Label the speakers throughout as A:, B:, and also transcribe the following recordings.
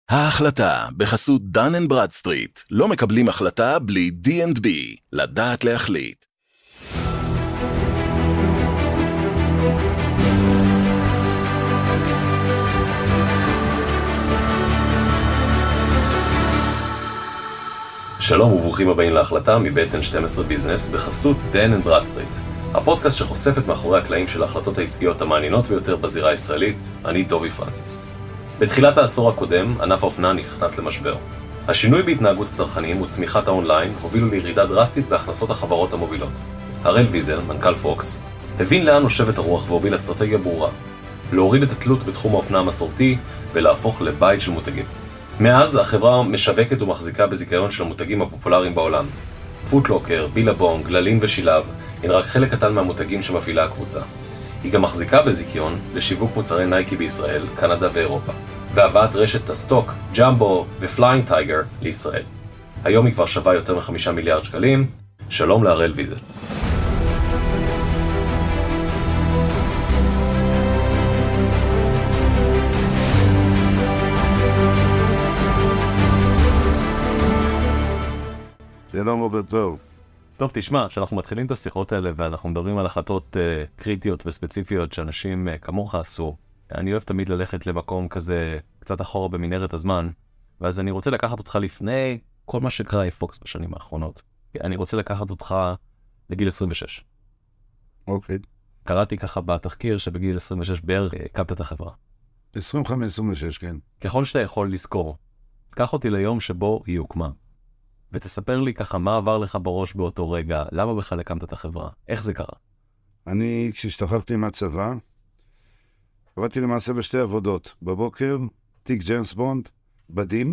A: ההחלטה בחסות דן אנד ברדסטריט. לא מקבלים החלטה בלי D&B. לדעת להחליט. שלום וברוכים הבאים להחלטה מבית N12 ביזנס בחסות דן אנד ברדסטריט. הפודקאסט שחושף את מאחורי הקלעים של ההחלטות העסקיות המעניינות ביותר בזירה הישראלית. אני דובי פרנסיס. בתחילת העשור הקודם, ענף האופנה נכנס למשבר. השינוי בהתנהגות הצרכנים וצמיחת האונליין הובילו לירידה דרסטית בהכנסות החברות המובילות. הראל ויזל, מנכ"ל פוקס, הבין לאן נושבת הרוח והוביל אסטרטגיה ברורה. להוריד את התלות בתחום האופנה המסורתי ולהפוך לבית של מותגים. מאז החברה משווקת ומחזיקה בזיכיון של המותגים הפופולריים בעולם. פוטלוקר, בילבונג, גללין ושילב הן רק חלק קטן מהמותגים שמפעילה הקבוצה. היא גם מחזיקה בזיכיון לשיווק מוצרי נייקי בישראל, קנדה ואירופה, והבאת רשת הסטוק, ג'מבו ופליינג טייגר לישראל. היום היא כבר שווה יותר מ5 מיליארד שקלים. שלום להראל ויזל.
B: שלום רוברט טוב.
C: טוב, תשמע, כשאנחנו מתחילים את השיחות האלה ואנחנו מדברים על החלטות קריטיות וספציפיות שאנשים כמוך עשו, אני אוהב תמיד ללכת למקום כזה קצת אחורה במנהרת הזמן, ואז אני רוצה לקחת אותך לפני כל מה שקרה עם פוקס בשנים האחרונות. אני רוצה לקחת אותך לגיל 26.
B: אוקיי.
C: קראתי ככה בתחקיר שבגיל 26 בערך הקמת את החברה.
B: 25-26, כן.
C: ככל שאתה יכול לזכור, קח אותי ליום שבו היא הוקמה. ותספר לי ככה מה עבר לך בראש באותו רגע, למה בכלל הקמת את החברה, איך זה קרה?
B: אני, כשהשתחררתי מהצבא, עבדתי למעשה בשתי עבודות. בבוקר, תיק ג'יימס בונד, בדים,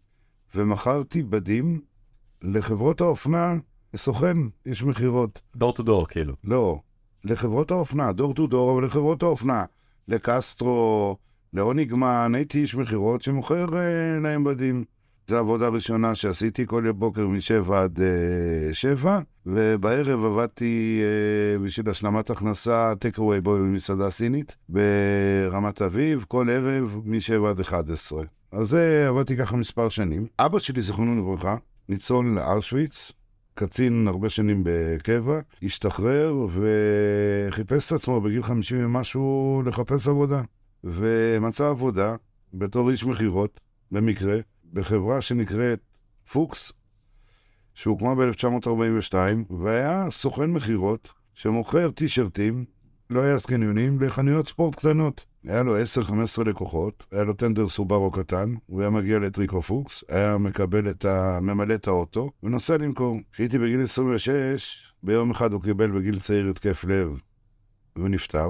B: ומכרתי בדים לחברות האופנה, לסוכן, יש מחירות.
C: דור טו דור, כאילו.
B: לא, לחברות האופנה, דור טו דור, אבל לחברות האופנה. לקסטרו, לאוניגמן, הייתי איש מחירות שמוכר להם בדים. זו העבודה הראשונה שעשיתי כל בוקר מ7 עד 7, ובערב עבדתי בשביל השלמת הכנסה טייק-אווי במסעדה סינית ברמת אביב, כל ערב מ7 עד 11. אז זה עבדתי ככה מספר שנים. אבא שלי, זכרונו לברכה, ניצול לאושוויץ, קצין הרבה שנים בקבע, השתחרר וחיפש את עצמו בגיל 50 ומשהו לחפש עבודה. ומצא עבודה בתור איש מחירות, במקרה, בחברה שנקראת פוקס, שהוקמה ב-1942, והיה סוכן מחירות שמוכר טישרטים, לא היה סקניונים, לחנויות ספורט קטנות. היה לו 10-15 לקוחות, היה לו טנדר סובארו קטן, הוא היה מגיע לטריקו פוקס, היה ממלא את האוטו, ונוסע למכור. כשהייתי בגיל 26, ביום אחד הוא קיבל בגיל צעיר התקף לב, ונפטר,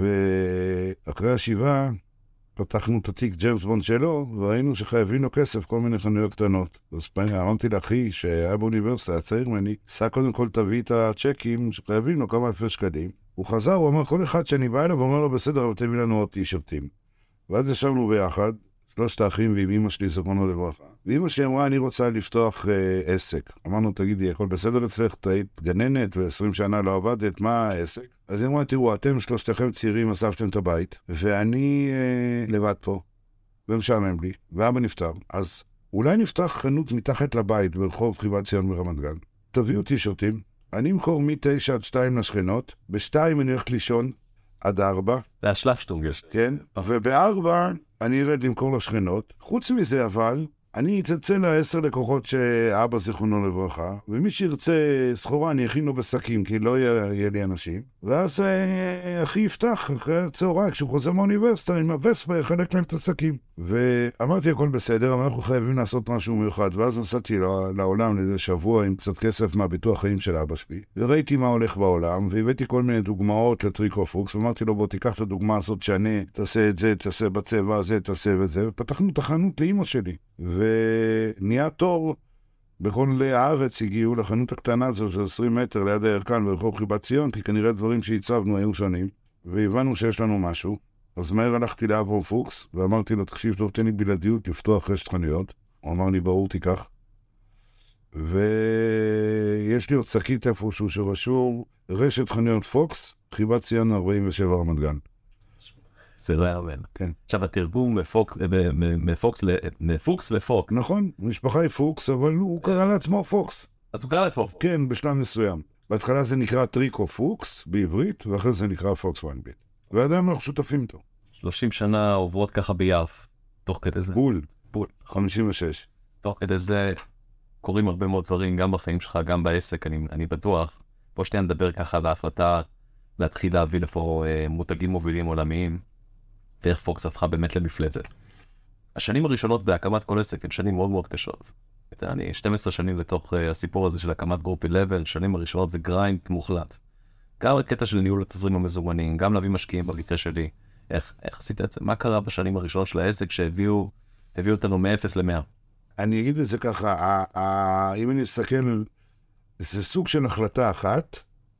B: ואחרי השבעה, פתחנו את התיק ג'יימס בונד שלו, וראינו שחייבים לו כסף, כל מיני חנויות קטנות. אז אמרתי לאחי שהיה באוניברסיטה, הצעיר ממני, סע קודם כל תביא את הצ'קים שחייבים לו כמה אלפי שקלים. הוא חזר, הוא אמר, כל אחד שאני בא אליו, הוא אומר לו, בסדר, אבל תביא לנו עוד טישרטים. ואז ישבנו ביחד, 3 האחים ועם אמא שלי, זכרונו לברכה. ואמא שלי אמרה, אני רוצה לפתוח עסק. אמרנו, תגידי, הכל בסדר אצלך, היית גננת ו20 שנה לא עבדת, מה העסק? אז היא אמרה, תראו, אתם 3 צעירים אספתם את הבית, ואני לבד פה, ומשעמם לי, ואבא נפטר. אז אולי נפתח חנות מתחת לבית ברחוב חיבת ציון ברמת גן. תביאו טישרטים, אני אמכור מ9 עד 2 לשכנות, ב2 אני הולך לישון עד 4.
C: זה השלפשטונגש.
B: כן, וב4 אני ארד למכור לשכנות. חוץ מזה אבל, אני אצלצל ל10 לקוחות שאבא זכרונו לברכה, ומי שירצה סחורה אני אכין לו בשקים, כי לא יהיה לי אנשים. ואז אחי יפתח אחרי הצהריים, כשהוא חוזר מהאוניברסיטה, עם הווספה יחלק להם את השקים. ואמרתי, הכל בסדר, אבל אנחנו חייבים לעשות משהו מיוחד. ואז נסעתי לעולם לאיזה שבוע עם קצת כסף מהביטוח חיים של אבא שלי, וראיתי מה הולך בעולם, והבאתי כל מיני דוגמאות לטריקו פוקס, ואמרתי לו, בוא תיקח את הדוגמה הזאת שאני, תעשה את זה, תעשה בצבע הזה, תעשה את זה, ופתחנו תחנות לאמא שלי. ונהיה תור בכל הארץ, הגיעו לחנות הקטנה הזו של 20 מטר ליד הירקן ברחוב חיבת ציון, כי כנראה דברים שהצבנו היו שונים, והבנו שיש לנו משהו. אז מהר הלכתי לאברהם פוקס, ואמרתי לו, תקשיב טוב, תן לי בלעדיות לפתוח רשת חנויות. הוא אמר לי, ברור, תיקח. ויש לי עוד שקית איפשהו שרשום רשת חנויות פוקס, חיבת ציון 47 רמת גן.
C: זה לא יאמן.
B: כן.
C: עכשיו, התרגום מפוקס לפוקס.
B: נכון, המשפחה היא פוקס, אבל הוא קרא לעצמו פוקס.
C: אז הוא קרא לעצמו פוקס.
B: כן, בשלב מסוים. בהתחלה זה נקרא טריקו פוקס בעברית, ואחרי זה נקרא פוקס ויינביט. ועדיין אנחנו שותפים איתו.
C: 30 שנה עוברות ככה ביעף, תוך כדי זה.
B: בול.
C: בול.
B: 56.
C: תוך כדי זה קורים הרבה מאוד דברים, גם בחיים שלך, גם בעסק, אני בטוח. פה שנייה נדבר ככה על ההחלטה להתחיל להביא לפה מותגים מובילים עולמיים, ואיך פוקס הפכה באמת למפלצת. השנים הראשונות בהקמת כל עסק הן שנים מאוד מאוד קשות. אני 12 שנים לתוך הסיפור הזה של הקמת גרופ 11, שנים הראשונות זה גריינד מוחלט. גם הקטע של ניהול התזרים המזומנים, גם להביא משקיעים במקרה שלי. איך עשית את זה? מה קרה בשנים הראשונות של העסק שהביאו אותנו מ-0 ל-100?
B: אני אגיד את זה ככה, אם אני אסתכל, זה סוג של החלטה אחת,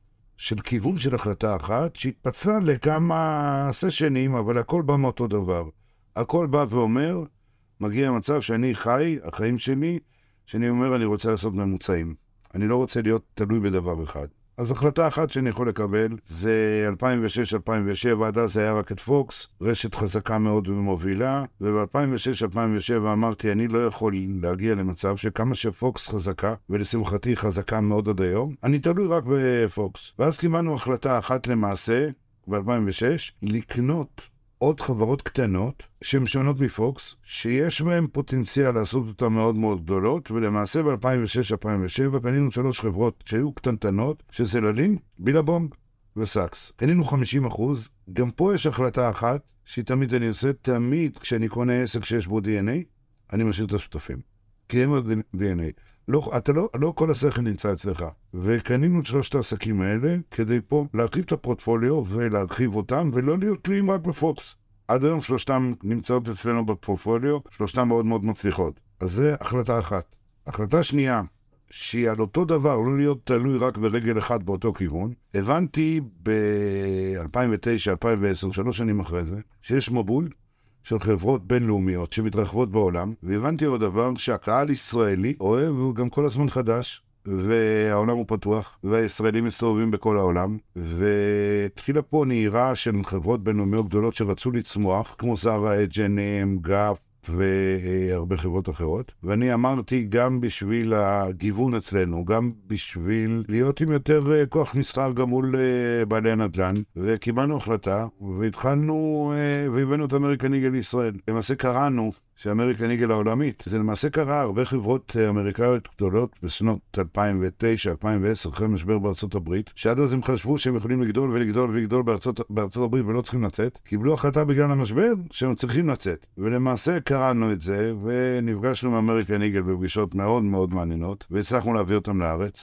B: של כיוון של החלטה אחת, שהתפצלה לכמה סשנים, אבל הכל בא מאותו דבר. הכל בא ואומר, מגיע המצב שאני חי, החיים שלי, שאני אומר, אני רוצה לעשות ממוצעים. אני לא רוצה להיות תלוי בדבר אחד. אז החלטה אחת שאני יכול לקבל זה 2006-2007, עד אז היה רק את פוקס, רשת חזקה מאוד ומובילה, וב-2006-2007 אמרתי, אני לא יכול להגיע למצב שכמה שפוקס חזקה, ולשמחתי חזקה מאוד עד היום, אני תלוי רק בפוקס. ואז קיבלנו החלטה אחת למעשה, ב-2006, לקנות עוד חברות קטנות שהן שונות מפוקס, שיש בהן פוטנציאל לעשות אותן מאוד מאוד גדולות, ולמעשה ב-2006-2007 קנינו 3 חברות שהיו קטנטנות, שזה ללין, בילבונג וסאקס. קנינו 50%, גם פה יש החלטה אחת, שתמיד אני עושה, תמיד כשאני קונה עסק שיש בו DNA, אני משאיר את השותפים. כי הם DNA. לא כל השכל נמצא אצלך. וקנינו את 3 העסקים האלה, כדי פה להרחיב את הפורטפוליו ולהרחיב אותם, ולא להיות תלויים רק בפוקס. עד היום 3 נמצאות אצלנו בפורטפוליו, 3 מאוד מאוד מצליחות. אז זה החלטה אחת. החלטה שנייה, שהיא על אותו דבר, לא להיות תלוי רק ברגל אחד באותו כיוון, הבנתי ב-2009-2010, 3 שנים אחרי זה, שיש מבול של חברות בינלאומיות שמתרחבות בעולם, והבנתי עוד דבר שהקהל ישראלי אוהב, הוא גם כל הזמן חדש, והעולם הוא פתוח, והישראלים מסתובבים בכל העולם, והתחילה פה נהירה של חברות בינלאומיות גדולות שרצו לצמוח, כמו זרה, H&M, גאפ, והרבה חברות אחרות. ואני אמרתי גם בשביל הגיוון אצלנו, גם בשביל להיות עם יותר כוח מסחר גם מול בעלי הנדל"ן, וקיבלנו החלטה, והתחלנו, והבאנו את אמריקן איגל לישראל. למעשה קראנו שאמריקן איגל העולמית, זה למעשה קרה הרבה חברות אמריקאיות גדולות בשנות 2009-2010, אחרי משבר בארצות הברית, שעד אז הם חשבו שהם יכולים לגדול ולגדול ולגדול בארצות הברית ולא צריכים לצאת, קיבלו החלטה בגלל המשבר שהם צריכים לצאת. ולמעשה קראנו את זה, ונפגשנו עם אמריקן איגל בפגישות מאוד מאוד מעניינות, והצלחנו להביא אותם לארץ,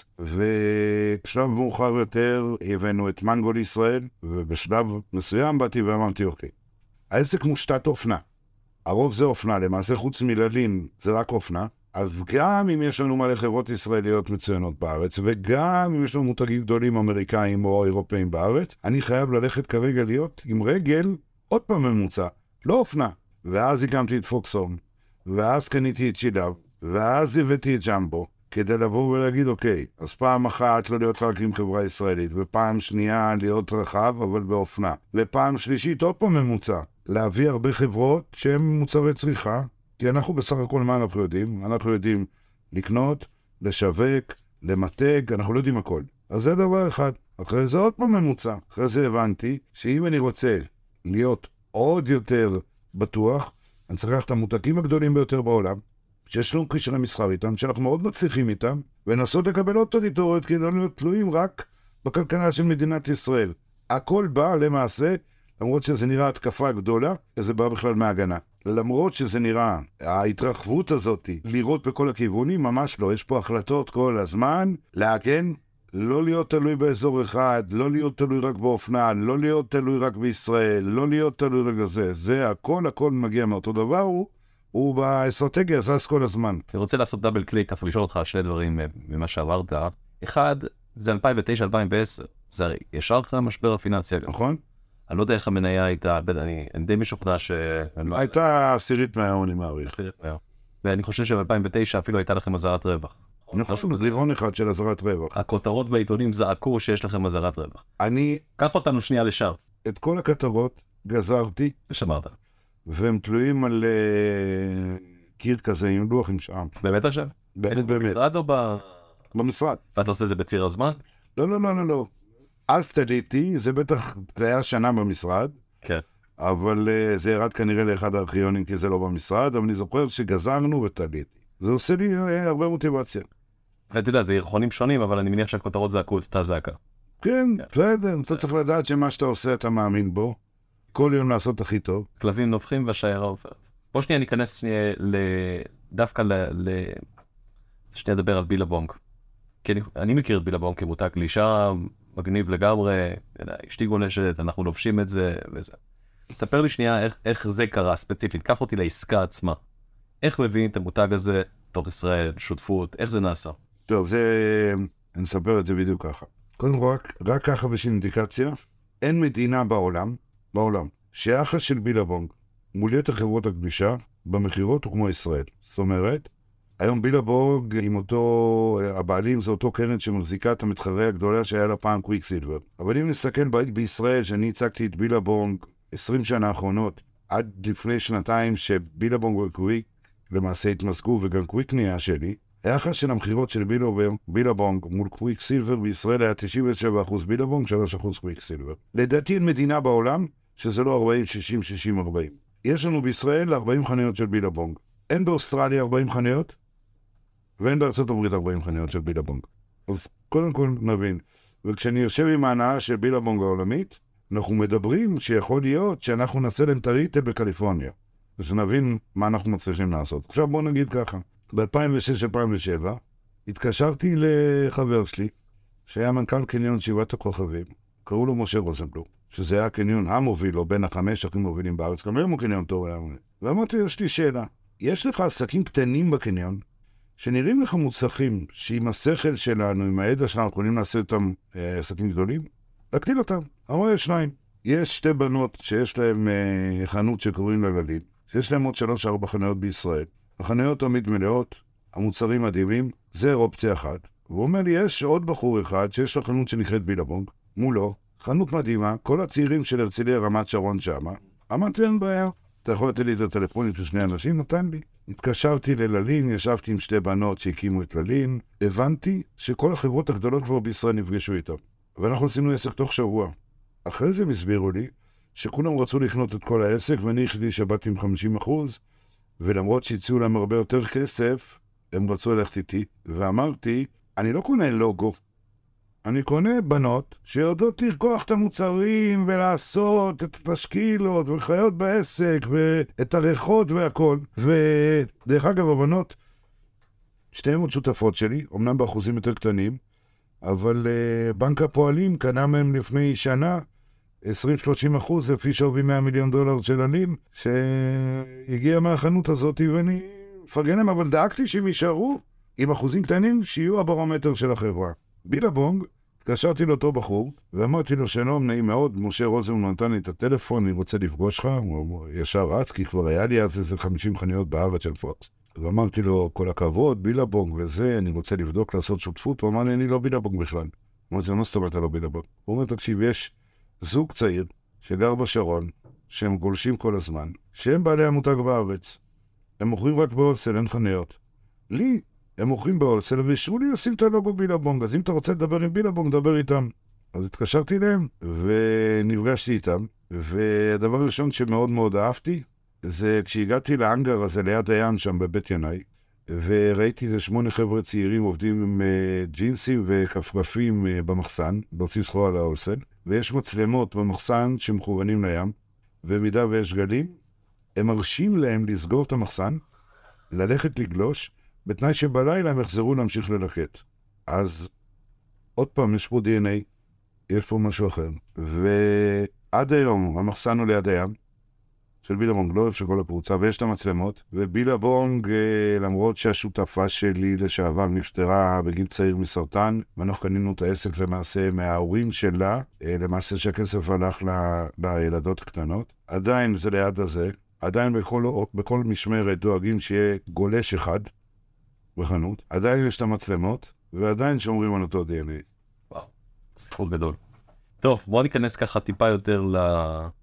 B: ובשלב מאוחר יותר הבאנו את מנגו לישראל, ובשלב מסוים באתי ואמרתי, אוקיי, העסק מושתת אופנה. הרוב זה אופנה, למעשה חוץ מללין זה רק אופנה, אז גם אם יש לנו מלא חברות ישראליות מצוינות בארץ, וגם אם יש לנו מותגים גדולים אמריקאים או אירופאים בארץ, אני חייב ללכת כרגע להיות עם רגל עוד פעם ממוצע, לא אופנה. ואז הקמתי את פוקסון, ואז קניתי את שילב, ואז הבאתי את ג'מבו, כדי לבוא ולהגיד, אוקיי, אז פעם אחת לא להיות רק עם חברה ישראלית, ופעם שנייה להיות רחב, אבל באופנה, ופעם שלישית עוד פעם ממוצע. להביא הרבה חברות שהן מוצרי צריכה, כי אנחנו בסך הכל מה אנחנו יודעים? אנחנו יודעים לקנות, לשווק, למתג, אנחנו לא יודעים הכל. אז זה דבר אחד. אחרי זה עוד פעם ממוצע. אחרי זה הבנתי שאם אני רוצה להיות עוד יותר בטוח, אני צריך לקחת את המותגים הגדולים ביותר בעולם, שיש לנו קשרי מסחר איתם, שאנחנו מאוד מצליחים איתם, ונסות לקבל עוד טריטוריות כדי לא להיות תלויים רק בכלכלה של מדינת ישראל. הכל בא למעשה, למרות שזה נראה התקפה גדולה, זה בא בכלל מהגנה. למרות שזה נראה, ההתרחבות הזאת, לראות בכל הכיוונים, ממש לא. יש פה החלטות כל הזמן, להגן, לא להיות תלוי באזור אחד, לא להיות תלוי רק באופנה, לא להיות תלוי רק בישראל, לא להיות תלוי רק בזה. זה הכל מגיע מאותו דבר, הוא באסטרטגיה, זז כל הזמן.
C: אני רוצה לעשות דאבל קליק, אפילו לשאול אותך 2 דברים ממה שעברת. אחד, זה 2009-2010, זה ישר אחרי המשבר הפיננסי.
B: נכון?
C: אני לא יודע איך המניה הייתה, אני די משוכנע ש...
B: הייתה 10% מההון, אני מעריך.
C: 10%. ואני חושב שב-2009 אפילו הייתה לכם אזהרת רווח.
B: נכון, זה רבעון אחד של אזהרת רווח.
C: הכותרות בעיתונים זעקו שיש לכם אזהרת רווח. קח אותנו שנייה לשם.
B: את כל הכתרות גזרתי,
C: ושמרת.
B: והם תלויים על קיר כזה עם לוח עם שעם.
C: באמת עכשיו?
B: באמת.
C: במשרד או
B: במשרד.
C: ואתה עושה את זה בציר הזמן?
B: לא. אז תליתי, זה בטח, זה היה שנה במשרד,
C: כן.
B: אבל זה ירד כנראה לאחד הארכיונים, כי זה לא במשרד, אבל אני זוכר שגזרנו ותליתי. זה עושה לי הרבה מוטיבציה.
C: ואתה יודע, זה ירחונים שונים, אבל אני מניח שהכותרות זעקו את אותה זעקה.
B: כן, בסדר, אתה צריך לדעת שמה שאתה עושה אתה מאמין בו, כל יום לעשות הכי טוב.
C: כלבים נובחים והשיירה עוברת. בוא שנייה ניכנס דווקא שנייה לדבר על בילבונג. כי אני מכיר את בילבונג כמותג גלישה, מגניב לגמרי, אשתי גולשת, אנחנו לובשים את זה וזה. ספר לי שנייה איך זה קרה ספציפית, קח אותי לעסקה עצמה. איך מביאים את המותג הזה תוך ישראל, שותפות, איך זה נעשה?
B: טוב, אני אספר את זה בדיוק ככה. קודם כל, רק ככה בשביל אינדיקציה, אין מדינה בעולם, שהיחס של בילבונג מול יתר חברות הגלישה במחירות הוא כמו ישראל. זאת אומרת, היום בילבונג עם הבעלים זה אותו קרן שמחזיקה את המתחרה הגדולה שהיה לה פעם קוויקסילבר. אבל אם נסתכל בישראל, שאני הצגתי את בילבונג 20 שנה האחרונות, עד לפני שנתיים שבילבונג וקוויק למעשה התמזגו וגם קוויק נהיה שלי, היחס של המחירות של בילבונג מול קוויקסילבר בישראל היה 97% בילבונג, 3% קוויקסילבר. לדעתי אין מדינה בעולם שזה לא 40, 60, 60, 40. יש לנו בישראל 40 חנויות של בילבונג. אין באוסטרליה 40 חנויות, ואין בארצות הברית 40 חנויות של בילבונג. אז קודם כל נבין. וכשאני יושב עם ההנאה של בילבונג העולמית, אנחנו מדברים שיכול להיות שאנחנו נעשה להם את הריטל בקליפורניה. ושנבין מה אנחנו מצליחים לעשות. עכשיו בואו נגיד ככה. ב-2006-2007 התקשרתי לחבר שלי, שהיה מנכ"ל קניון שבעת הכוכבים, קראו לו משה רוזנבלום, שזה היה הקניון המוביל, או בין החמש הכי מובילים בארץ, גם היום הוא קניון טוב היה מוביל. ואמרתי, יש לי שאלה, יש לך עסקים קטנים בקניון, שנראים לך מוצלחים, שעם השכל שלנו, עם הידע שלנו, יכולים לעשות אותם עסקים גדולים, להקטיל אותם. אמרו, יש שניים. יש שתי בנות שיש להם חנות שקוראים לה לליל, שיש להם עוד 3-4 חנויות בישראל. החנויות תמיד מלאות, המוצרים מדהימים, זה אופציה אחת. והוא אומר לי, יש עוד בחור אחד שיש לו חנות שנקראת בילבונג, מולו, חנות מדהימה, כל הצעירים של הרצליה רמת שרון שמה. אמרתי, אין בעיה. אתה יכול לתת לי את הטלפונים של שני אנשים? נתן לי. התקשרתי לללין, ישבתי עם שתי בנות שהקימו את ללין, הבנתי שכל החברות הגדולות כבר בישראל נפגשו איתם. ואנחנו עשינו עסק תוך שבוע. אחרי זה הם הסבירו לי שכולם רצו לקנות את כל העסק, ואני יחידי שבאתי עם 50%, ולמרות שהציעו להם הרבה יותר כסף, הם רצו ללכת איתי, ואמרתי, אני לא קונה לוגו, אני קונה בנות שיודעות לרכוח את המוצרים ולעשות את התשקילות וחיות בעסק ואת הריחות והכל. ודרך אגב, הבנות, שתיהן עוד שותפות שלי, אמנם באחוזים יותר קטנים, אבל בנק הפועלים קנה מהם לפני שנה 20-30% לפי שווי $100 מיליון של הליל, שהגיע מהחנות הזאת, ואני מפרגן להם, אבל דאגתי שהם יישארו עם אחוזים קטנים שיהיו הברומטר של החברה. בילבונג, התקשרתי לאותו בחור, ואמרתי לו, שלום, נעים מאוד, משה רוזנבלום נתן לי את הטלפון, אני רוצה לפגוש לך, הוא ישר רץ, כי כבר היה לי אז איזה 50 חנויות בארץ של פוקס. ואמרתי לו, כל הכבוד, בילבונג וזה, אני רוצה לבדוק, לעשות שותפות, הוא אמר לי, אני לא בילבונג בכלל. אמרתי לו, מה זאת אומרת, לא בילבונג? הוא אומר, תקשיב, יש זוג צעיר שגר בשרון, שהם גולשים כל הזמן, שהם בעלי המותג בארץ. הם מוכרים רק בהולסל, אין חנויות. לי, הם מוכרים בהולסל, ואישרו לי לשים את הלוגו בילבונג, אז אם אתה רוצה לדבר עם בילבונג, דבר איתם. אז התקשרתי אליהם, ונפגשתי איתם, והדבר הראשון שמאוד מאוד אהבתי, זה כשהגעתי לאנגר הזה ליד הים שם בבית ינאי, וראיתי איזה 8 חבר'ה צעירים עובדים עם ג'ינסים וכפרפים במחסן, להוציא סחורה על ההולסל, ויש מצלמות במחסן שמכוונים לים, במידה ויש גלים, הם מרשים להם לסגור את המחסן, ללכת לגלוש, בתנאי שבלילה הם יחזרו להמשיך ללקט. אז עוד פעם, יש פה DNA, יש פה משהו אחר. ועד היום, המחסן הוא ליד הים, של בילבונג, לא אוהב שכל הקבוצה, ויש את המצלמות, ובילבונג, למרות שהשותפה שלי לשעבר נפטרה בגיל צעיר מסרטן, ואנחנו קנינו את העסק למעשה מההורים שלה, למעשה שהכסף הלך לילדות קטנות, עדיין זה ליד הזה, עדיין בכל משמרת דואגים שיהיה גולש אחד בחנות, עדיין יש את המצלמות, ועדיין שומרים על אותו DNA.
C: וואו, סיפור גדול. טוב, בואו ניכנס ככה טיפה יותר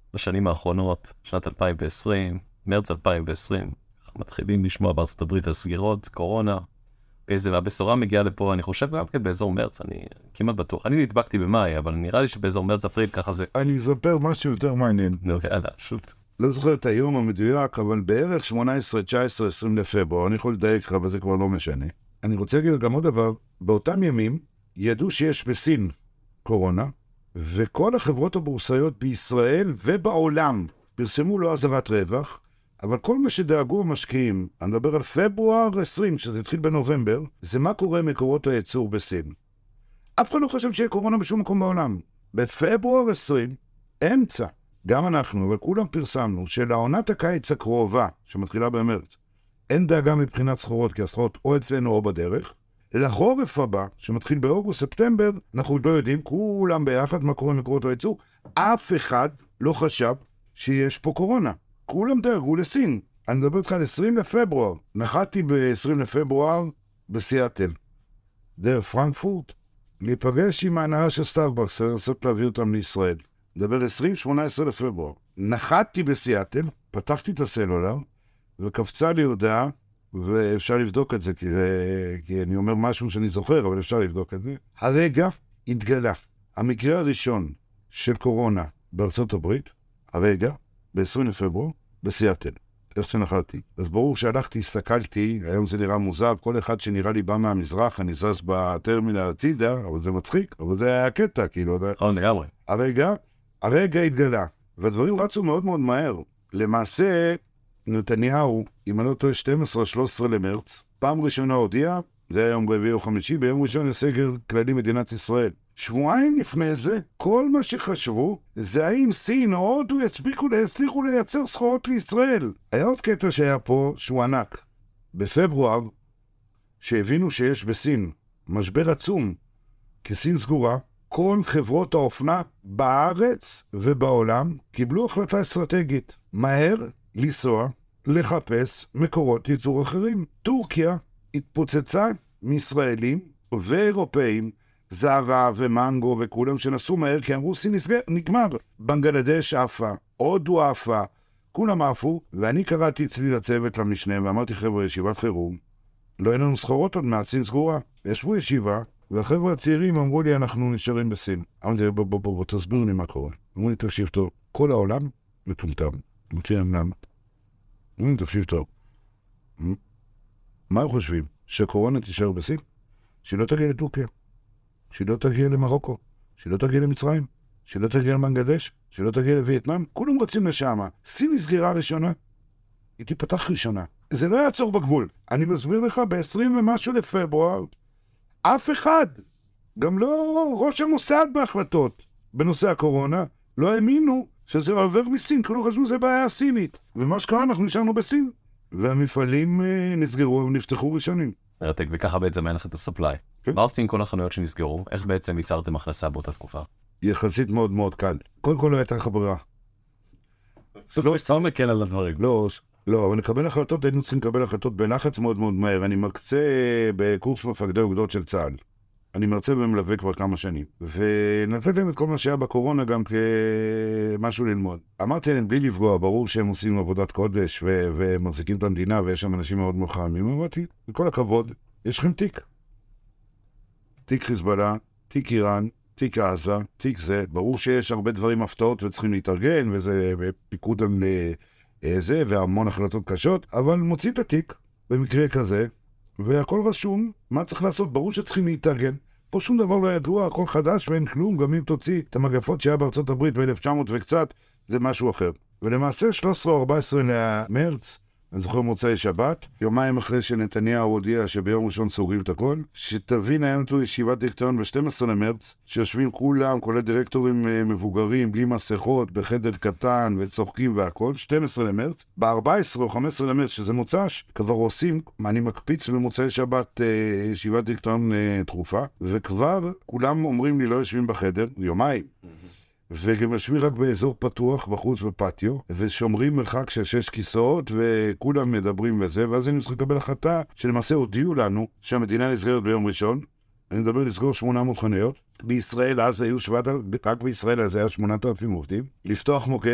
C: בשנים האחרונות, שנת 2020, מרץ 2020, מתחילים לשמוע בארצות הברית על סגירות, קורונה, והבשורה מגיעה לפה, אני חושב גם כן באזור מרץ, אני כמעט בטוח, אני נדבקתי במאי, אבל נראה לי שבאזור מרץ אפריל ככה זה.
B: אני אספר משהו יותר מעניין.
C: יאללה, שוט.
B: לא זוכר את היום המדויק, אבל בערך 18, 19, 20 לפברואר, אני יכול לדייק לך, אבל זה כבר לא משנה. אני רוצה להגיד גם עוד דבר, באותם ימים ידעו שיש בסין קורונה, וכל החברות הבורסאיות בישראל ובעולם פרסמו לו אזהרת רווח, אבל כל מה שדאגו המשקיעים, אני מדבר על פברואר 20, שזה התחיל בנובמבר, זה מה קורה מקורות הייצור בסין. אף אחד לא חושב שיהיה קורונה בשום מקום בעולם. בפברואר 20, אמצע, גם אנחנו, אבל כולם פרסמנו, שלעונת הקיץ הקרובה, שמתחילה במרץ, אין דאגה מבחינת סחורות, כי הסחורות או אצלנו או בדרך. לחורף הבא, שמתחיל באוגוסט-ספטמבר, אנחנו לא יודעים, כולם ביחד מה קורה מקורות הייצור, אף אחד לא חשב שיש פה קורונה. כולם דאגו לסין. אני מדבר איתך על 20 לפברואר. נחתי ב-20 לפברואר בסיאטל. דרך פרנקפורט, להיפגש עם ההנהלה של סטארבקס, לנסות להביא אותם לישראל. מדבר 18 לפברואר. נחתי בסיאטל, פתחתי את הסלולר, וקפצה לי הודעה, ואפשר לבדוק את זה, כי אני אומר משהו שאני זוכר, אבל אפשר לבדוק את זה. הרגע התגלה המקרה הראשון של קורונה בארצות הברית, הרגע, ב-20 לפברואר, בסיאטל. איך שנחתי. אז ברור שהלכתי, הסתכלתי, היום זה נראה מוזר, כל אחד שנראה לי בא מהמזרח, אני זז בטרמינל הצידה, אבל זה מצחיק, אבל זה היה הקטע, כאילו.
C: לגמרי.
B: הרגע התגלה, והדברים רצו מאוד מאוד מהר. למעשה, נתניהו, אם אני לא טועה 12-13 למרץ, פעם ראשונה הודיע, זה היה יום רביעי או חמישי, ביום ראשון לסגר כללי מדינת ישראל. שבועיים לפני זה, כל מה שחשבו, זה האם סין או הודו הצליחו לייצר סחורות לישראל. היה עוד קטע שהיה פה שהוא ענק. בפברואר, שהבינו שיש בסין משבר עצום, כי סין סגורה, כל חברות האופנה בארץ ובעולם קיבלו החלטה אסטרטגית. מהר לנסוע, לחפש מקורות ייצור אחרים. טורקיה התפוצצה מישראלים ואירופאים, זרה ומנגו וכולם שנסעו מהר, כי אמרו סין נגמר. בנגלדש עפה, הודו עפה, כולם עפו, ואני קראתי אצלי לצוות למשנה ואמרתי חבר'ה, ישיבת חירום, לא אין לנו סחורות עוד מעט, סין סגורה. ישבו ישיבה, והחבר'ה הצעירים אמרו לי אנחנו נשארים בסין. אמרתי בוא תסבירו לי מה קורה. אמרו לי תקשיב טוב, כל העולם מטומטם. אמרתי אמנם. אמרו לי תקשיב טוב. מה הם חושבים? שקורונה תישאר בסין? שהיא לא תגיע לטורקיה, שהיא לא תגיע למרוקו, שהיא לא תגיע למצרים, שהיא לא תגיע למנגלדש, שהיא לא תגיע לווייטנאם, כולם רצים לשם. סין היא סגירה ראשונה, היא תיפתח ראשונה. זה לא יעצור בגבול. אני מסביר לך, ב-20 ומשהו לפברואר, אף אחד, גם לא ראש המוסד בהחלטות בנושא הקורונה, לא האמינו שזה עובר מסין, כלום חשבו זה בעיה סינית. ומה שקרה, אנחנו נשארנו בסין, והמפעלים נסגרו ונפתחו ראשונים.
C: מרתק, וככה בעצם אין לך את הסופליי. מה עושים כל החנויות שנסגרו? איך בעצם ייצרתם הכנסה באותה תקופה?
B: יחסית מאוד מאוד קל. קודם כל לא הייתה לך ברירה.
C: לא מקל על הדברים.
B: לא, אבל לקבל החלטות, היינו צריכים לקבל החלטות בלחץ מאוד מאוד מהר. אני מרצה בקורס מפקדי אוגדות של צה"ל. אני מרצה ומלווה כבר כמה שנים. ונתתי להם את כל מה שהיה בקורונה גם כמשהו ללמוד. אמרתי להם בלי לפגוע, ברור שהם עושים עבודת קודש ומחזיקים את המדינה ויש שם אנשים מאוד מוכנים. אמרתי, בכל הכבוד, יש לכם תיק. תיק חיזבאללה, תיק איראן, תיק עזה, תיק זה. ברור שיש הרבה דברים הפתעות וצריכים להתארגן, וזה פיקוד על זה, והמון החלטות קשות, אבל מוציא את התיק במקרה כזה, והכל רשום, מה צריך לעשות? ברור שצריכים להתארגן. פה שום דבר לא ידוע, הכל חדש ואין כלום, גם אם תוציא את המגפות שהיה בארצות הברית ב-1900 וקצת, זה משהו אחר. ולמעשה 13 או 14 למרץ, אני זוכר מוצאי שבת, יומיים אחרי שנתניהו הודיע שביום ראשון סוגרים את הכל, שתבין, היה נתנו ישיבת דירקטוריון ב-12 למרץ, שיושבים כולם, כולל דירקטורים מבוגרים, בלי מסכות, בחדר קטן וצוחקים והכל, 12 למרץ, ב-14 או 15 למרץ, שזה מוצ"ש, כבר עושים, אני מקפיץ במוצאי שבת ישיבת דירקטוריון תרופה, וכבר כולם אומרים לי לא יושבים בחדר, יומיים. וגם יושבים רק באזור פתוח בחוץ בפטיו, ושומרים מרחק של 6 כיסאות, וכולם מדברים וזה, ואז אני צריך לקבל החלטה שלמעשה הודיעו לנו שהמדינה נסגרת ביום ראשון. אני מדבר לסגור 800 חנויות. בישראל אז היו רק בישראל אז היה 8,000 עובדים. לפתוח מוקד,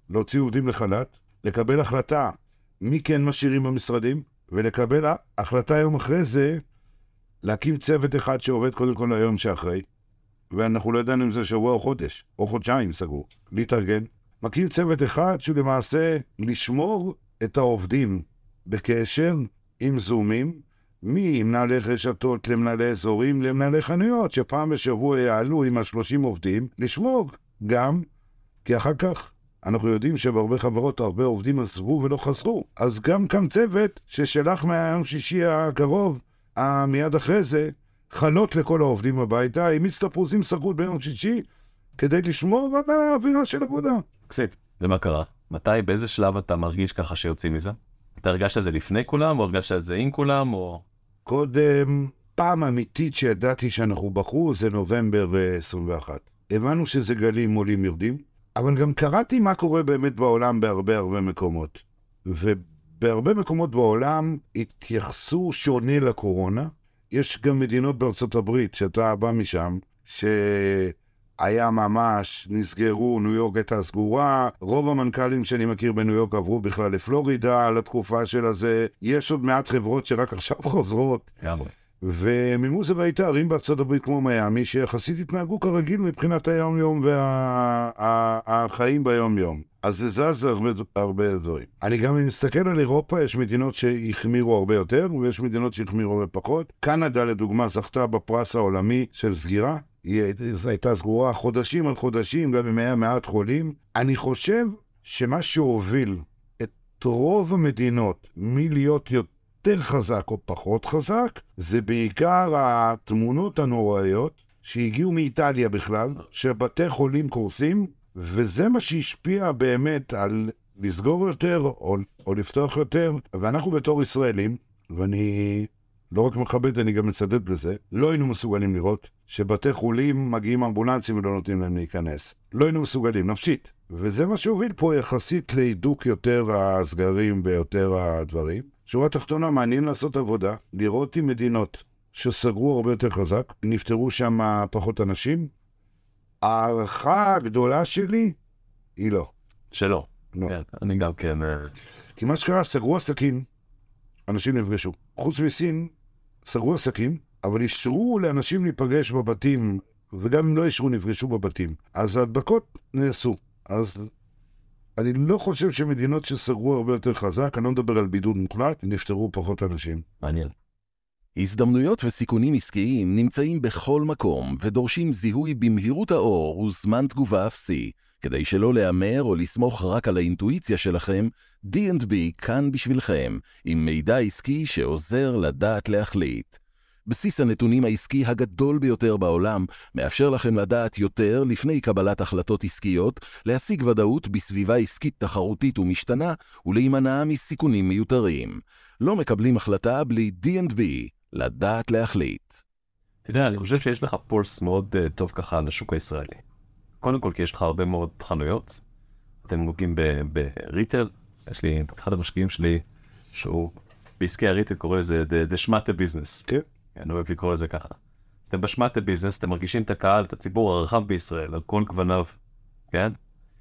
B: להוציא עובדים לחל"ת, לקבל החלטה מי כן משאירים במשרדים, ולקבל החלטה יום אחרי זה, להקים צוות אחד שעובד קודם כל היום שאחרי, ואנחנו לא ידענו אם זה שבוע או חודש, או חודשיים סגור, להתארגן. מקים צוות אחד שהוא למעשה לשמור את העובדים בקשר עם זומים, ממנהלי רשתות למנהלי אזורים, למנהלי חנויות, שפעם בשבוע יעלו עם 30 עובדים, לשמור גם, כי אחר כך אנחנו יודעים שבהרבה חברות הרבה עובדים עזבו ולא חזרו. אז גם קם צוות ששלח מהיום שישי הקרוב, מיד אחרי זה, חלות לכל העובדים הביתה, עם מצטפרוזים סגרות ביום שישי, כדי לשמור על האווירה של עבודה.
C: קסיפ, ומה קרה? מתי, באיזה שלב אתה מרגיש ככה שיוצאים מזה? אתה הרגשת את זה לפני כולם, או הרגשת את זה עם כולם, או...
B: קודם, פעם אמיתית שידעתי שאנחנו בחרו, זה נובמבר 21. הבנו שזה גלים עולים יורדים, אבל גם קראתי מה קורה באמת בעולם בהרבה מקומות. ובהרבה מקומות בעולם התייחסו שונה לקורונה. יש גם מדינות בארצות הברית, שאתה בא משם, שהיה ממש, נסגרו, ניו יורק הייתה סגורה, רוב המנכ"לים שאני מכיר בניו יורק עברו בכלל לפלורידה לתקופה של הזה, יש עוד מעט חברות שרק עכשיו חוזרות. וממוז והייתה ערים בארצות הברית כמו מיאמי, שיחסית התנהגו כרגיל מבחינת היום-יום והחיים ביום-יום. אז זה זז הרבה אזורים. אני גם מסתכל על אירופה, יש מדינות שהחמירו הרבה יותר, ויש מדינות שהחמירו הרבה פחות. קנדה, לדוגמה, זכתה בפרס העולמי של סגירה. היא הייתה סגורה חודשים על חודשים, גם אם היה מעט חולים. אני חושב שמה שהוביל את רוב המדינות מלהיות יותר חזק או פחות חזק, זה בעיקר התמונות הנוראיות שהגיעו מאיטליה בכלל, שבתי חולים קורסים, וזה מה שהשפיע באמת על לסגור יותר או לפתוח יותר. ואנחנו בתור ישראלים, ואני לא רק מכבד, אני גם מצדד בזה, לא היינו מסוגלים לראות שבתי חולים מגיעים אמבולנסים ולא נותנים להם להיכנס. לא היינו מסוגלים, נפשית. וזה מה שהוביל פה יחסית להידוק יותר הסגרים ויותר הדברים. שורה תחתונה, מעניין לעשות עבודה, לראות עם מדינות שסגרו הרבה יותר חזק, נפטרו שם פחות אנשים. הערכה הגדולה שלי היא לא.
C: שלא.
B: לא.
C: כן, אני גם כן.
B: כי מה שקרה, סגרו עסקים, אנשים נפגשו. חוץ מסין, סגרו עסקים, אבל אישרו לאנשים להיפגש בבתים, וגם אם לא אישרו, נפגשו בבתים. אז ההדבקות נעשו. אז אני לא חושב שמדינות שסגרו הרבה יותר חזק, אני לא מדבר על בידוד מוחלט, נפטרו פחות אנשים.
C: מעניין.
D: הזדמנויות וסיכונים עסקיים נמצאים בכל מקום ודורשים זיהוי במהירות האור וזמן תגובה אפסי. כדי שלא לאמר או לסמוך רק על האינטואיציה שלכם, D&B כאן בשבילכם, עם מידע עסקי שעוזר לדעת להחליט. בסיס הנתונים העסקי הגדול ביותר בעולם מאפשר לכם לדעת יותר לפני קבלת החלטות עסקיות, להשיג ודאות בסביבה עסקית תחרותית ומשתנה ולהימנע מסיכונים מיותרים. לא מקבלים החלטה בלי D&B, לדעת להחליט.
C: תראה, אני חושב שיש לך פולס מאוד טוב ככה לשוק הישראלי. קודם כל כי יש לך הרבה מאוד חנויות, אתם נוגעים בריטל, יש לי אחד המשקיעים שלי שהוא בעסקי הריטל קורא לזה the שמטה ביזנס.
B: כן.
C: אני אוהב לקרוא לזה ככה. אז אתם בשמטה ביזנס, אתם מרגישים את הקהל, את הציבור הרחב בישראל, על כל גווניו, כן?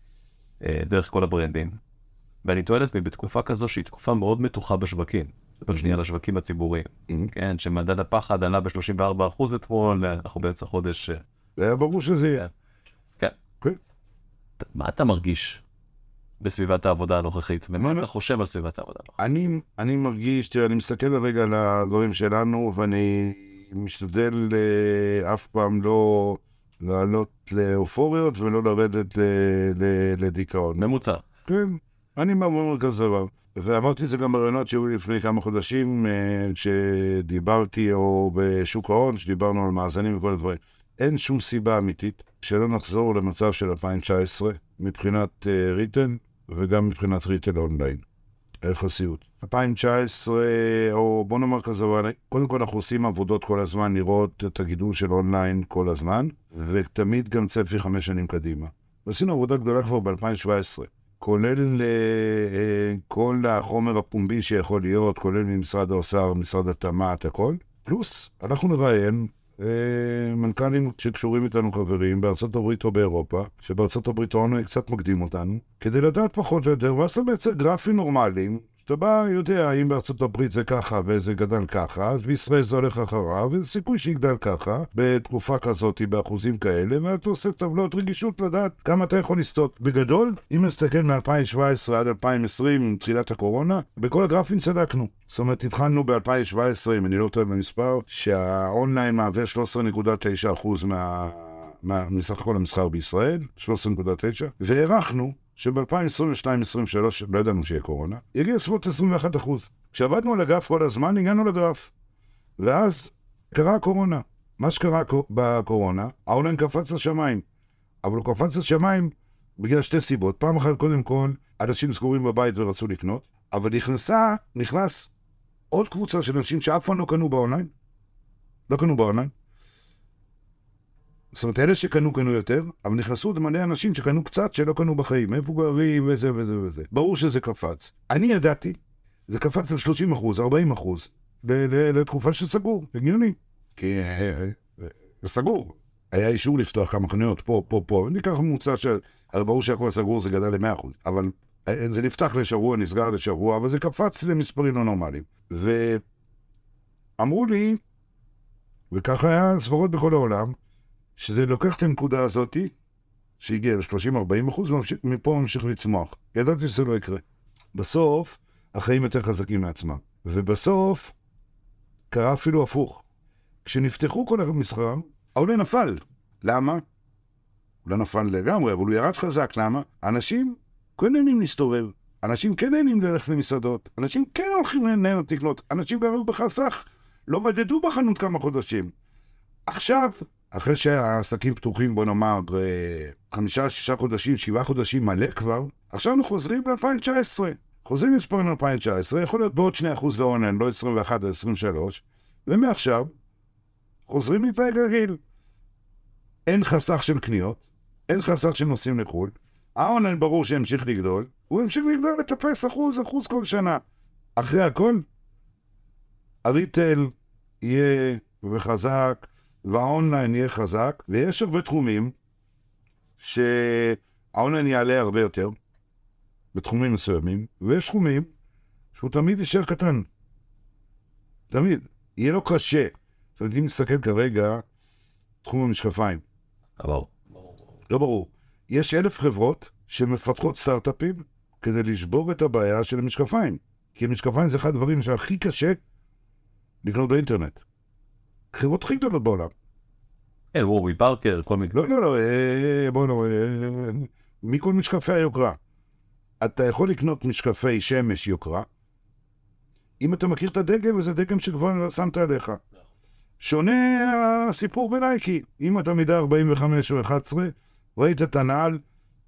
C: דרך כל הברנדים. ואני טוען לעצמי בתקופה כזו שהיא תקופה מאוד מתוחה בשווקים. דבר שנייה לשווקים הציבוריים. כן, שמדד הפחד עלה ב-34% אתמול, אנחנו באמצע חודש.
B: היה ברור שזה יהיה.
C: כן.
B: כן.
C: מה אתה מרגיש בסביבת העבודה הנוכחית? ומה אתה חושב על סביבת העבודה הנוכחית?
B: אני מרגיש, תראה, אני מסתכל רגע על הדברים שלנו, ואני משתדל אף פעם לא לעלות לאופוריות ולא לרדת לדיכאון.
C: ממוצע.
B: כן, אני מאמר כזה דבר. ואמרתי את זה גם ברעיונות שהיו לפני כמה חודשים, כשדיברתי, או בשוק ההון, שדיברנו על מאזנים וכל הדברים. אין שום סיבה אמיתית שלא נחזור למצב של 2019, מבחינת ריטל, וגם מבחינת ריטל אונליין. היחסיות. 2019, או בוא נאמר כזה, קודם כל אנחנו עושים עבודות כל הזמן, לראות את הגידול של אונליין כל הזמן, ותמיד גם צפי 5 שנים קדימה. ועשינו עבודה גדולה כבר ב-2017. כולל כל החומר הפומבי שיכול להיות, כולל ממשרד האוצר, משרד התמ"ת, הכל. פלוס, אנחנו נראיין מנכ"לים שקשורים איתנו חברים בארצות הברית או באירופה, שבארצות הברית ההון קצת מקדים אותנו, כדי לדעת פחות או יותר, ואז אתה מייצר גרפים נורמליים, שאתה בא, יודע, אם בארצות הברית זה ככה וזה גדל ככה, אז בישראל זה הולך אחריו, וזה סיכוי שיגדל ככה, בתקופה כזאת, באחוזים כאלה, ואתה עושה טבלות רגישות לדעת כמה אתה יכול לסטות. בגדול, אם נסתכל מ-2017 עד 2020, תחילת הקורונה, בכל הגרפים צדקנו. זאת אומרת, התחלנו ב-2017, אם אני לא טועה במספר, שהאונליין מהווה 13.9% מסך הכל המסחר בישראל, 13.9, והערכנו שב-2022-2023, לא ידענו שיהיה קורונה, יגיע סביבות 21%. כשעבדנו על הגרף כל הזמן, הגענו לגרף. ואז קרה הקורונה. מה שקרה בקורונה, האונליין קפץ לשמיים. אבל הוא קפץ לשמיים בגלל שתי סיבות. פעם אחת, קודם כל, אנשים סגורים בבית ורצו לקנות, אבל נכנס עוד קבוצה של אנשים שאף פעם לא קנו באונליין. לא קנו באונליין. זאת אומרת, אלה שקנו יותר, אבל נכנסו עוד מלא אנשים שקנו קצת שלא קנו בחיים, מבוגרים וזה וזה וזה. ברור שזה קפץ. אני ידעתי, זה קפץ ל-30%, 40%, לתקופה שסגור, הגיוני. כי זה סגור. היה אישור לפתוח כמה חנויות, פה. ניקח ממוצע ברור שהכל סגור, זה גדל ל-100%. אבל זה נפתח לשבוע, נסגר לשבוע, אבל זה קפץ למספרים לא נורמליים. ואמרו לי, וככה היה סברות בכל העולם, שזה לוקח את הנקודה הזאת, שהגיעה ל-30-40%, ומפה ממשיך לצמוח. ידעתי שזה לא יקרה. בסוף, החיים יותר חזקים מעצמם. ובסוף, קרה אפילו הפוך. כשנפתחו כל המסחר, האונליין נפל. למה? הוא לא נפל לגמרי, אבל הוא ירד חזק. למה? אנשים כן נהנים להסתובב. אנשים כן נהנים ללכת למסעדות. אנשים כן הולכים לנהנות לקנות. אנשים גם היו בחסך. לא מדדו בחנות כמה חודשים. עכשיו, אחרי שהעסקים פתוחים, בוא נאמר, 5-6 חודשים, 7 חודשים מלא כבר, עכשיו אנחנו חוזרים ל-2019. חוזרים מספרים ל-2019, יכול להיות בעוד 2% לאונליין, לא 21 או 23, ומעכשיו חוזרים להתנהג רגיל. אין חסך של קניות, אין חסך של נוסעים לחו"ל, האונליין ברור שהמשיך לגדול, הוא המשיך לגדול לטפס אחוז כל שנה. אחרי הכל, הריטל יהיה וחזק, והאונליין יהיה חזק, ויש הרבה תחומים שהאונליין יעלה הרבה יותר, בתחומים מסוימים, ויש תחומים שהוא תמיד יישאר קטן. תמיד. יהיה לו קשה. זאת אומרת, אם נסתכל כרגע, תחום המשקפיים. לא ברור. יש 1,000 חברות שמפתחות סטארט-אפים כדי לשבור את הבעיה של המשקפיים. כי המשקפיים זה אחד הדברים שהכי קשה לקנות באינטרנט. חברות הכי גדולות בעולם.
C: כן, וורי פארקר, כל מיני.
B: לא, מכל משקפי היוקרה. אתה יכול לקנות משקפי שמש יוקרה, אם אתה מכיר את הדגם, וזה דגם שכבר שמת עליך. שונה הסיפור בלייקי. אם אתה מידה 45 או 11, ראית את הנעל,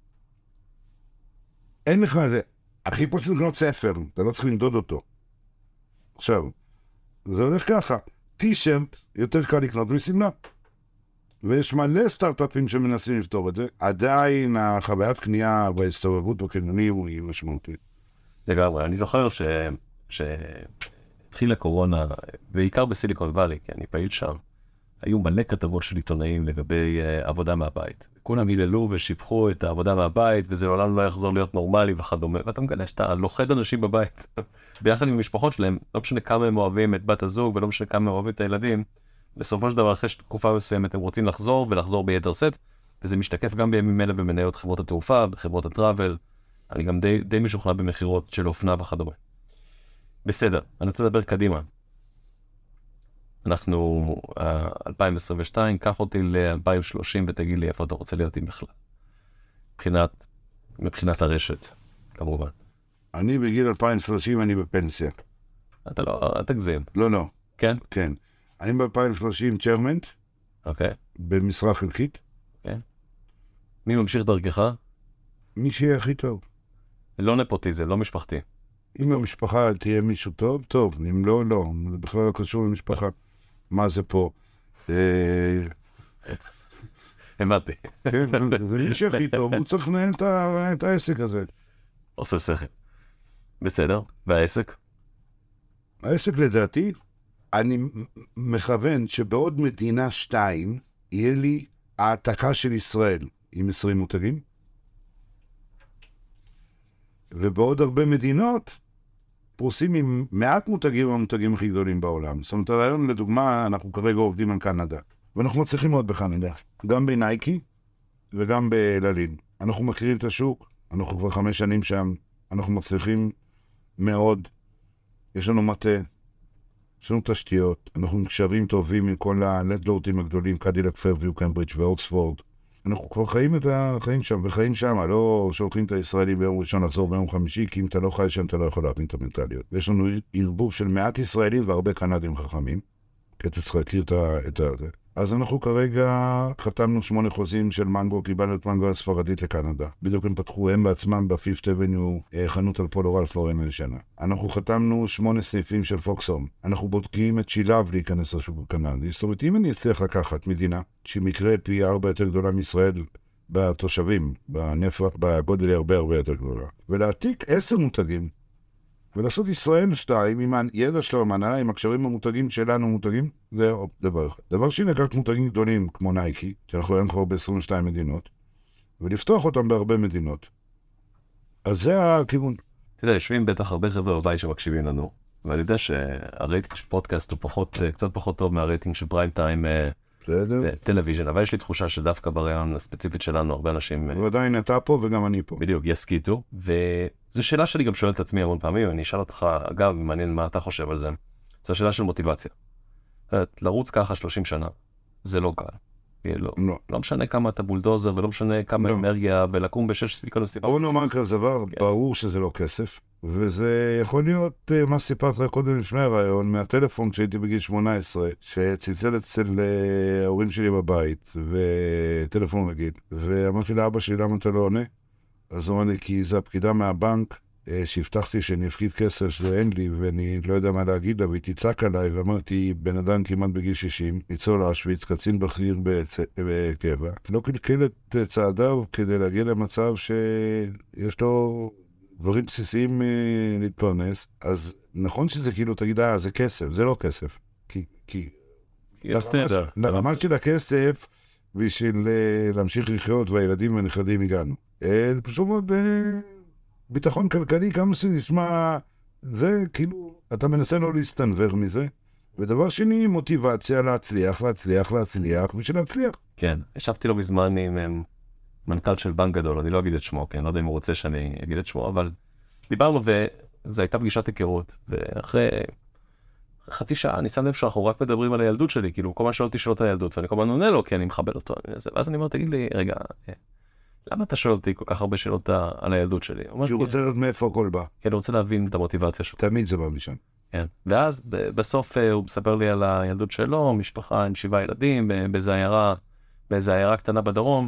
B: אין לך זה. הכי פשוט לקנות ספר, אתה לא צריך למדוד אותו. עכשיו, זה הולך ככה. טי-שירט יותר קל לקנות מסמלה. ויש מלא סטארט-אפים שמנסים לפתור את זה. עדיין החוויית קנייה וההסתובבות בקניונים היא משמעותית.
C: לגמרי, אני זוכר שהתחילה קורונה, בעיקר בסיליקון ואלי, כי אני פעיל שם, היו מלא כתבות של עיתונאים לגבי עבודה מהבית. כולם היללו ושיפחו את העבודה מהבית, וזה לעולם לא יחזור להיות נורמלי וכדומה, ואתה מגלה שאתה לוכד אנשים בבית, ביחד עם המשפחות שלהם, לא משנה כמה הם אוהבים את בת הזוג, ולא משנה כמה הם אוהבים את הילדים, בסופו של דבר, אחרי תקופה מסוימת, הם רוצים לחזור, ולחזור ביתר סט, וזה משתקף גם בימים אלה במניות חברות התעופה, בחברות הטראבל, אני גם די משוכנע במחירות של אופנה וכדומה. בסדר, אני רוצה לדבר קדימה. אנחנו 2022, קח אותי ל-2030 ותגיד לי איפה אתה רוצה להיות עם בכלל. מבחינת הרשת, כמובן.
B: אני בגיל 2030, אני בפנסיה.
C: אתה לא, תגזים.
B: לא.
C: כן?
B: כן. אני ב-2030 צ'רמנט.
C: אוקיי.
B: במשרה חלקית.
C: אוקיי. מי ממשיך דרכך?
B: מי שיהיה הכי טוב.
C: לא נפוטיזם, לא משפחתי.
B: אם המשפחה תהיה מישהו טוב, טוב. אם לא, לא. זה בכלל לא קשור למשפחה. מה זה פה?
C: הבנתי.
B: כן, זה מי שהכי טוב. הוא צריך לנהל את העסק הזה.
C: עושה שכל. בסדר. והעסק?
B: העסק לדעתי אני מכוון שבעוד מדינה 2 יהיה לי העתקה של ישראל עם 20 מותגים, ובעוד הרבה מדינות פרוסים עם מעט מותגים המותגים הכי גדולים בעולם. זאת אומרת, הרעיון לדוגמה, אנחנו כרגע עובדים על קנדה, ואנחנו מצליחים מאוד בקנדה, גם בנייקי וגם בללין. אנחנו מכירים את השוק, אנחנו כבר 5 שנים שם, אנחנו מצליחים מאוד, יש לנו מטה, יש לנו תשתיות, אנחנו מקשרים טובים עם כל הלנדלורדים הגדולים, קדילק, פיירוויו, קמברידג' ואוקספורד. אנחנו כבר חיים את החיים שם, וחיים שם, לא שולחים את הישראלים ביום ראשון לחזור ביום חמישי, כי אם אתה לא חי שם, אתה לא יכול להבין את המנטליות. ויש לנו ערבוב של מעט ישראלים והרבה קנדים חכמים, כי אתה צריך להכיר את זה. אז אנחנו כרגע חתמנו 8 חוזים של מנגו, קיבלנו את מנגו הספרדית לקנדה. בדיוק הם פתחו הם בעצמם בפיפט אבניו חנות על פולו רלף לורן הישנה. אנחנו חתמנו 8 סניפים של פוקסהום. אנחנו בודקים את שילב להיכנס לשוק הקנדי. זאת אומרת, אם אני אצליח לקחת מדינה שמקרה פי 4 יותר גדולה מישראל בתושבים, בגודל היא הרבה יותר גדולה, ולהעתיק 10 מותגים, ולעשות ישראל 2 עם הידע שלו, עם ההנהלה, עם הקשרים המותגים שלנו מותגים, זה דבר אחד. דבר שני, לקחת מותגים גדולים כמו נייקי, שאנחנו היום כבר ב-22 מדינות, ולפתוח אותם בהרבה מדינות. אז זה הכיוון.
C: אתה יודע, יושבים בטח הרבה חבר'ה בבית שמקשיבים לנו, ואני יודע שהרייטינג של פודקאסט הוא קצת פחות טוב מהרייטינג של פריים טיים טלוויז'ן, אבל יש לי תחושה שדווקא ברעיון הספציפית שלנו הרבה אנשים...
B: ועדיין אתה פה וגם אני פה.
C: בדיוק, יסכיתו, וזו שאלה שלי גם שואלת את עצמי המון פעמים, אני אשאל אותך, אגב, מעניין מה אתה חושב על זה, זו שאלה של מוטיבציה. לרוץ ככה 30 שנה, זה לא קל. לא משנה כמה אתה בולדוזר, ולא משנה כמה אנרגיה, ולקום בשש כל הסיבה.
B: בוא נאמר כזה דבר, ברור שזה לא כסף, וזה יכול להיות מה סיפרת קודם לפני הרעיון, מהטלפון כשהייתי בגיל 18, שצלצל אצל ההורים שלי בבית, וטלפון רגיל, ואמרתי לאבא שלי, למה אתה לא עונה? אז הוא אמר לי, כי זה הפקידה מהבנק, שהבטחתי שאני אפקיד כסף שאין לי, ואני לא יודע מה להגיד לה, והיא תצעק עליי, ואמרתי, בן אדם כמעט בגיל 60, ניצול אושוויץ, קצין בכיר בקבע, לא קלקל את צעדיו כדי להגיע למצב שיש לו דברים בסיסיים להתפרנס. אז נכון שזה כאילו, תגיד, זה כסף, זה לא כסף. כי לרמה של הכסף, בשביל להמשיך לחיות, והילדים והנכדים הגענו. זה פשוט מאוד... ביטחון כלכלי, כמה שנשמע, זה כאילו, אתה מנסה לא להסתנבר מזה. ודבר שני, מוטיבציה להצליח, בשביל להצליח.
C: כן, ישבתי לו בזמן עם מנכ"ל של בנק גדול, אני לא אגיד את שמו, כי אני לא יודע אם הוא רוצה שאני אגיד את שמו, אבל דיברנו וזו הייתה פגישת היכרות, ואחרי חצי שעה אני שם לב שאנחנו רק מדברים על הילדות שלי, כאילו כל מה שואל אותי שאלות על הילדות, ואני כל הזמן עונה לו, כי אני מכבד אותו, ואז אני אומר, תגיד לי, רגע, למה אתה שואל אותי כל כך הרבה שאלות על הילדות שלי?
B: כי הוא רוצה לדעת מאיפה הכל בא.
C: כן, הוא רוצה להבין את המוטיבציה שלו.
B: תמיד זה בא משם.
C: כן, ואז בסוף הוא מספר לי על הילדות שלו, משפחה עם 7 ילדים, באיזו עיירה קטנה בדרום,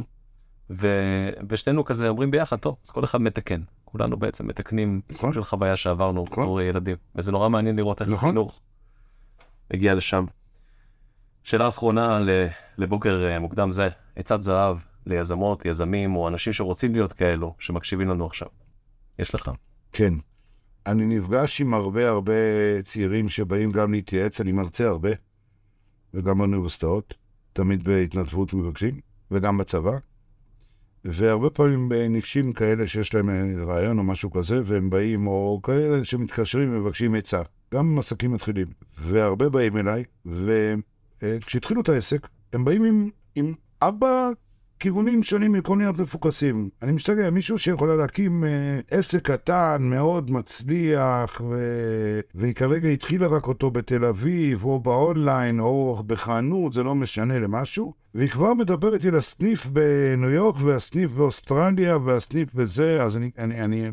C: ושנינו כזה אומרים ביחד, טוב, אז כל אחד מתקן. כולנו בעצם מתקנים סוג של חוויה שעברנו בתור ילדים. וזה נורא מעניין לראות איך החינוך הגיע לשם. שאלה אחרונה לבוקר מוקדם זה, עצת זהב ליזמות, יזמים או אנשים שרוצים להיות כאלו, שמקשיבים לנו עכשיו. יש לך?
B: כן. אני נפגש עם הרבה צעירים שבאים גם להתייעץ, אני מרצה הרבה, וגם באוניברסיטאות, תמיד בהתנדבות מבקשים, וגם בצבא. והרבה פעמים נפשים כאלה שיש להם רעיון או משהו כזה, והם באים, או כאלה שמתקשרים ומבקשים עצה. גם עסקים מתחילים. והרבה באים אליי, וכשהתחילו את העסק, הם באים עם 4 כיוונים שונים מקוניות מפוקסים. אני משתגע, מישהו שיכולה להקים עסק קטן, מאוד מצליח, והיא כרגע התחילה רק אותו בתל אביב, או באונליין, או בחנות, זה לא משנה למשהו, והיא כבר מדברת על הסניף בניו יורק, והסניף באוסטרליה, והסניף בזה, אז אני...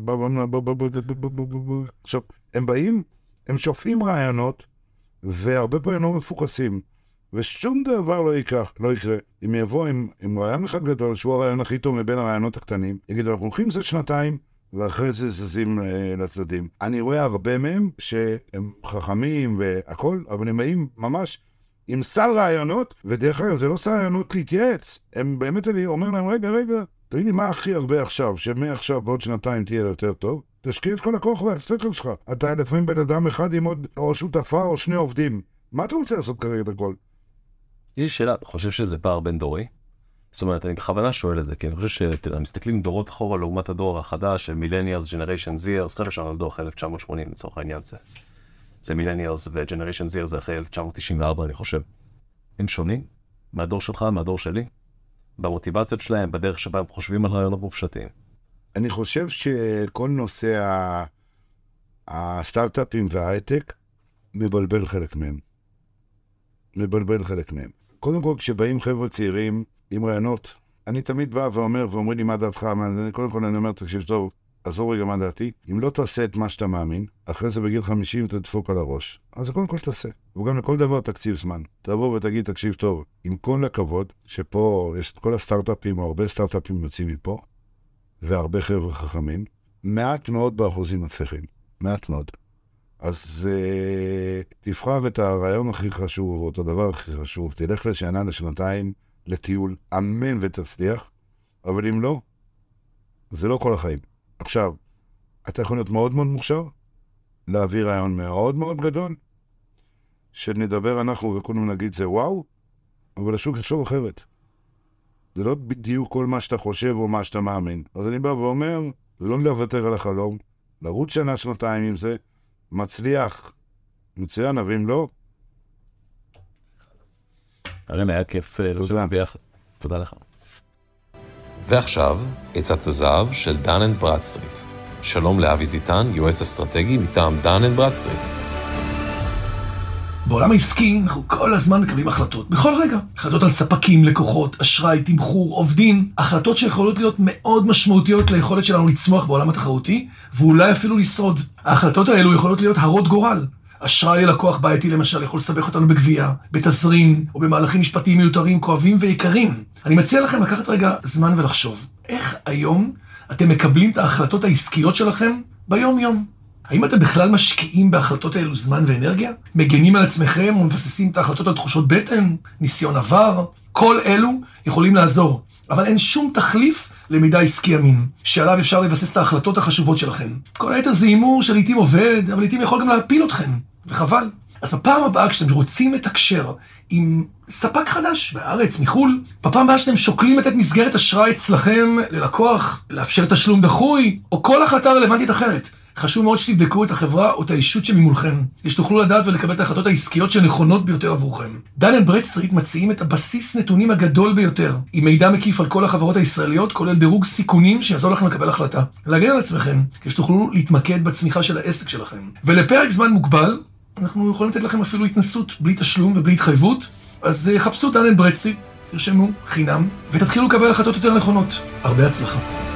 B: עכשיו, הם באים, הם שופעים רעיונות, והרבה פעמים לא מפוקסים. ושום דבר לא יקרה. אם יבוא עם רעיון אחד גדול, שהוא הרעיון הכי טוב מבין הרעיונות הקטנים, יגידו, אנחנו הולכים זה 2 ואחרי זה זזים לצדדים. אני רואה הרבה מהם שהם חכמים והכל, אבל הם באים ממש עם סל רעיונות, ודרך אגב, זה לא סל רעיונות להתייעץ. הם באמת, אני אומר להם, רגע, תראי לי מה הכי הרבה עכשיו, שמעכשיו בעוד 2 תהיה יותר טוב, תשקיע את כל הכוח והשכל שלך. אתה לפעמים בן אדם אחד עם עוד או שותפה או 2 עובדים. מה אתה רוצה לעשות כרגע את הכל?
C: יש לי שאלה, אתה חושב שזה פער בין דורי? זאת אומרת, אני בכוונה שואל את זה, כי אני חושב שמסתכלים דורות אחורה לעומת הדור החדש, של מילניאלס, ג'נריישן זיר, אז חלק שלנו לדור אחרי 1980 לצורך העניין זה מילניאלס וג'נריישן זיר, זה אחרי 1994 אני חושב. הם שונים מהדור שלך, מהדור שלי, במוטיבציות שלהם, בדרך שבה הם חושבים על רעיונות מופשטים.
B: אני חושב שכל נושא הסטארט-אפים וההייטק מבלבל חלק מהם. קודם כל, כשבאים חבר'ה צעירים עם רעיונות, אני תמיד בא ואומרים לי מה דעתך, קודם כל אני אומר, תקשיב טוב, עזור רגע מה דעתי, אם לא תעשה את מה שאתה מאמין, אחרי זה בגיל 50 אתה תדפוק על הראש. אז קודם כל תעשה. וגם לכל דבר תקציב זמן. תבוא ותגיד, תקשיב טוב, עם כל הכבוד, שפה יש את כל הסטארט-אפים, או הרבה סטארט-אפים יוצאים מפה, והרבה חבר'ה חכמים, מעט מאוד באחוזים מצליחים. מעט מאוד. אז תבחר את הרעיון הכי חשוב, או את הדבר הכי חשוב, תלך לשנה, לשנתיים, לטיול, אמן ותצליח, אבל אם לא, זה לא כל החיים. עכשיו, אתה יכול להיות מאוד מאוד מוכשר, להביא רעיון מאוד מאוד גדול, שנדבר אנחנו וכולנו נגיד זה וואו, אבל השוק יחשוב אחרת. זה לא בדיוק כל מה שאתה חושב או מה שאתה מאמין. אז אני בא ואומר, לא לוותר על החלום, לרוץ שנה, שנתיים עם זה, מצליח, מצוין, אבל אם לא...
C: הרי היה כיף לדבר ביחד. תודה לך.
A: ועכשיו, עצת הזהב של דן אנד ברדסטריט. שלום לאבי זיתן, יועץ אסטרטגי מטעם דן אנד ברדסטריט.
E: בעולם העסקי אנחנו כל הזמן מקבלים החלטות, בכל רגע. החלטות על ספקים, לקוחות, אשראי, תמחור, עובדים. החלטות שיכולות להיות מאוד משמעותיות ליכולת שלנו לצמוח בעולם התחרותי, ואולי אפילו לשרוד. ההחלטות האלו יכולות להיות הרות גורל. אשראי ללקוח בעייתי למשל יכול לסבך אותנו בגבייה, בתזרים, או במהלכים משפטיים מיותרים, כואבים ויקרים. אני מציע לכם לקחת רגע זמן ולחשוב, איך היום אתם מקבלים את ההחלטות העסקיות שלכם ביום-יום? האם אתם בכלל משקיעים בהחלטות האלו זמן ואנרגיה? מגנים על עצמכם ומבססים את ההחלטות על תחושות בטן, ניסיון עבר? כל אלו יכולים לעזור, אבל אין שום תחליף למידע עסקי אמין, שעליו אפשר לבסס את ההחלטות החשובות שלכם. כל היתר זה אימור שלעיתים עובד, אבל לעיתים יכול גם להפיל אתכם, וחבל. אז בפעם הבאה כשאתם רוצים לתקשר עם ספק חדש בארץ, מחול, בפעם הבאה שאתם שוקלים לתת מסגרת אשראי אצלכם ללקוח, לאפשר תשלום דחוי, או כל החלטה רלוונטית אחרת, חשוב מאוד שתבדקו את החברה או את האישות שממולכם, שתוכלו לדעת ולקבל את ההחלטות העסקיות שנכונות ביותר עבורכם. דן אנד ברדסטריט מציעים את הבסיס נתונים הגדול ביותר, עם מידע מקיף על כל החברות הישראליות, כולל דירוג סיכונים שיעזור לכם לקבל החלטה. להגן על עצמכם, שתוכלו להתמקד בצמיחה של העסק שלכם. ולפרק זמן מוגבל, אנחנו יכולים לתת לכם אפילו התנסות בלי תשלום ובלי התחייבות, אז חפשו דן אנד ברדסטריט, תרשמו חינם, ותתחילו לקבל החלטות יותר נכונות. הרבה הצלחה.